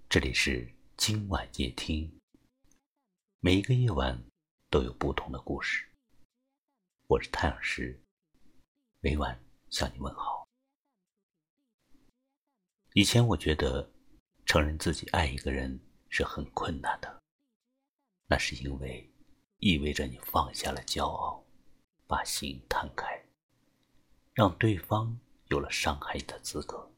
这里是今晚夜听，每一个夜晚都有不同的故事。我是太阳石，每晚向你问好。以前我觉得承认自己爱一个人是很困难的，那是因为意味着你放下了骄傲，把心摊开，让对方有了伤害你的资格。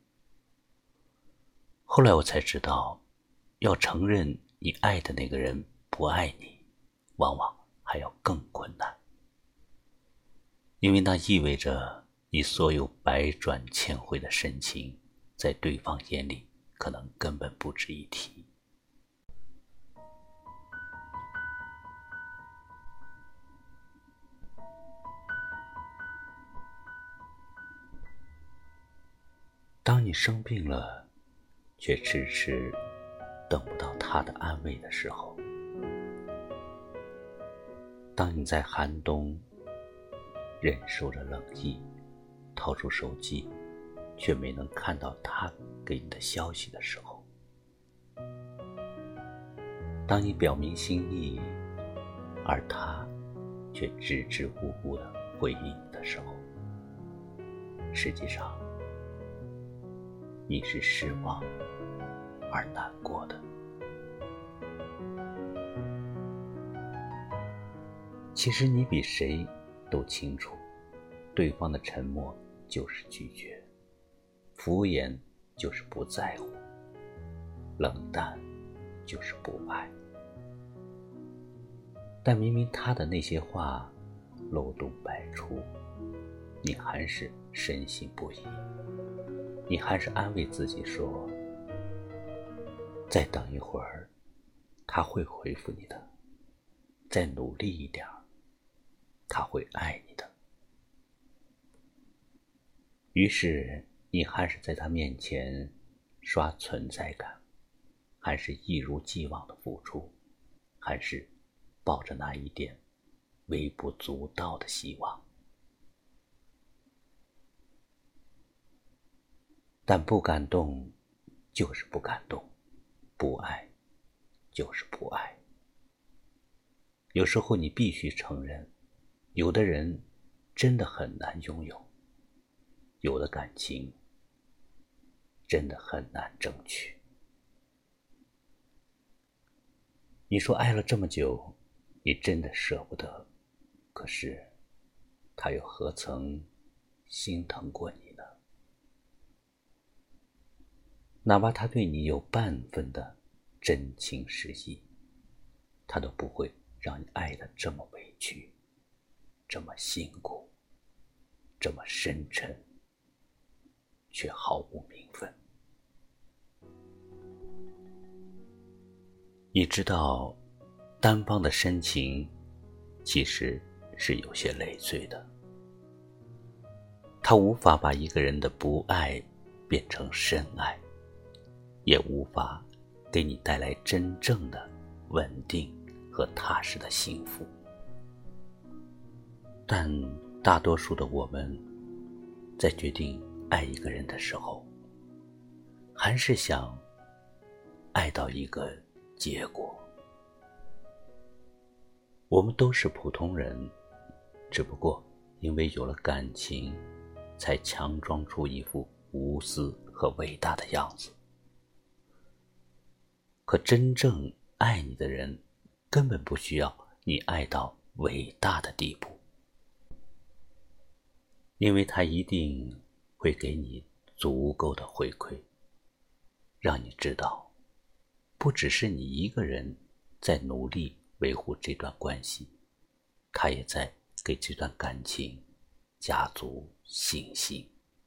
后来我才知道，要承认你爱的那个人不爱你，往往还要更困难。因为那意味着你所有百转千回的深情，在对方眼里可能根本不值一提。当你生病了，却迟迟等不到他的安慰的时候，当你在寒冬忍受着冷意，掏出手机却没能看到他给你的消息的时候，当你表明心意，而他却支支吾吾地回应你的时候，实际上你是失望而难过的。其实你比谁都清楚，对方的沉默就是拒绝，敷衍就是不在乎，冷淡就是不爱。但明明他的那些话漏洞百出，你还是深信不疑，你还是安慰自己说，再等一会儿他会回复你的，再努力一点他会爱你的。于是你还是在他面前刷存在感，还是一如既往的付出，还是抱着那一点微不足道的希望。但不感动就是不感动，不爱就是不爱。有时候你必须承认，有的人真的很难拥有，有的感情真的很难争取。你说爱了这么久，你真的舍不得，可是他又何曾心疼过你呢？哪怕他对你有半分的真情实意，他都不会让你爱得这么委屈，这么辛苦，这么深沉，却毫无名分。你知道，单方的深情其实是有些累赘的，它无法把一个人的不爱变成深爱，也无法给你带来真正的稳定和踏实的幸福。但大多数的我们在决定爱一个人的时候，还是想爱到一个结果。我们都是普通人，只不过因为有了感情，才强装出一副无私和伟大的样子。可真正爱你的人，根本不需要你爱到伟大的地步，因为他一定会给你足够的回馈，让你知道，不只是你一个人在努力维护这段关系，他也在给这段感情加足信心。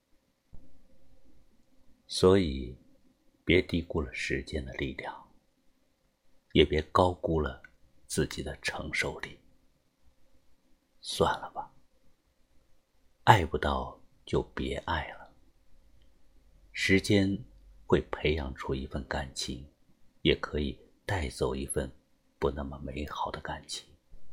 所以别低估了时间的力量，也别高估了自己的承受力。算了吧，爱不到就别爱了。时间会培养出一份感情，也可以带走一份不那么美好的感情。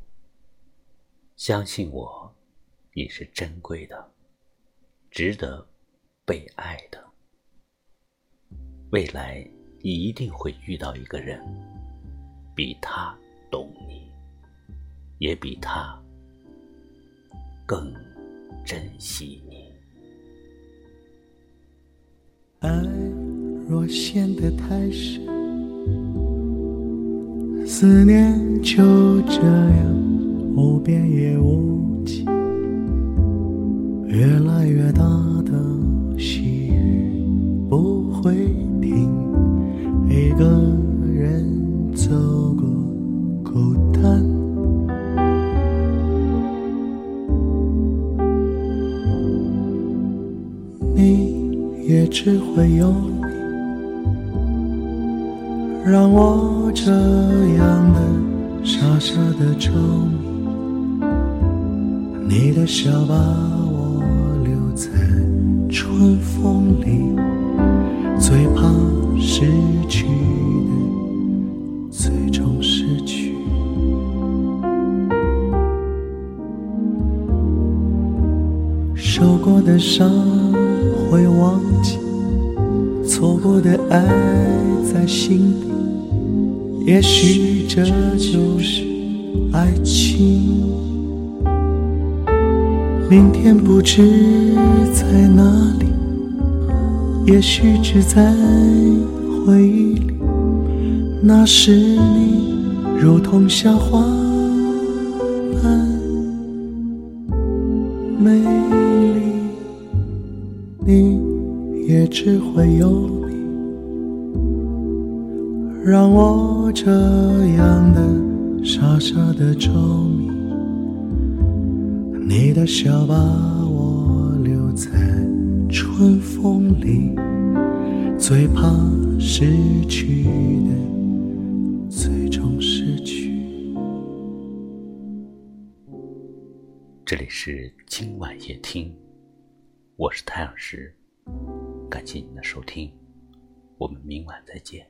相信我，你是珍贵的，值得被爱的。未来你一定会遇到一个人，比他懂你，也比他更珍惜你。 爱若陷得太深，思念就这样无边也无际，越来越大的细雨不会停，一个人走过孤单，你也只会有你，让我这样的傻傻的着迷，你的笑把我留在春风里，最怕失去的最终失去。受过的伤会忘记，错过的爱在心底，也许这就是爱情。明天不知在哪里，也许只在回忆里，那是你如同夏花般美丽，你也只会有你，让我这样的傻傻的着迷，你的笑把我留在春风里，最怕失去的最终失去。 这里是今晚夜听，我是太阳石，感谢您的收听，我们明晚再见。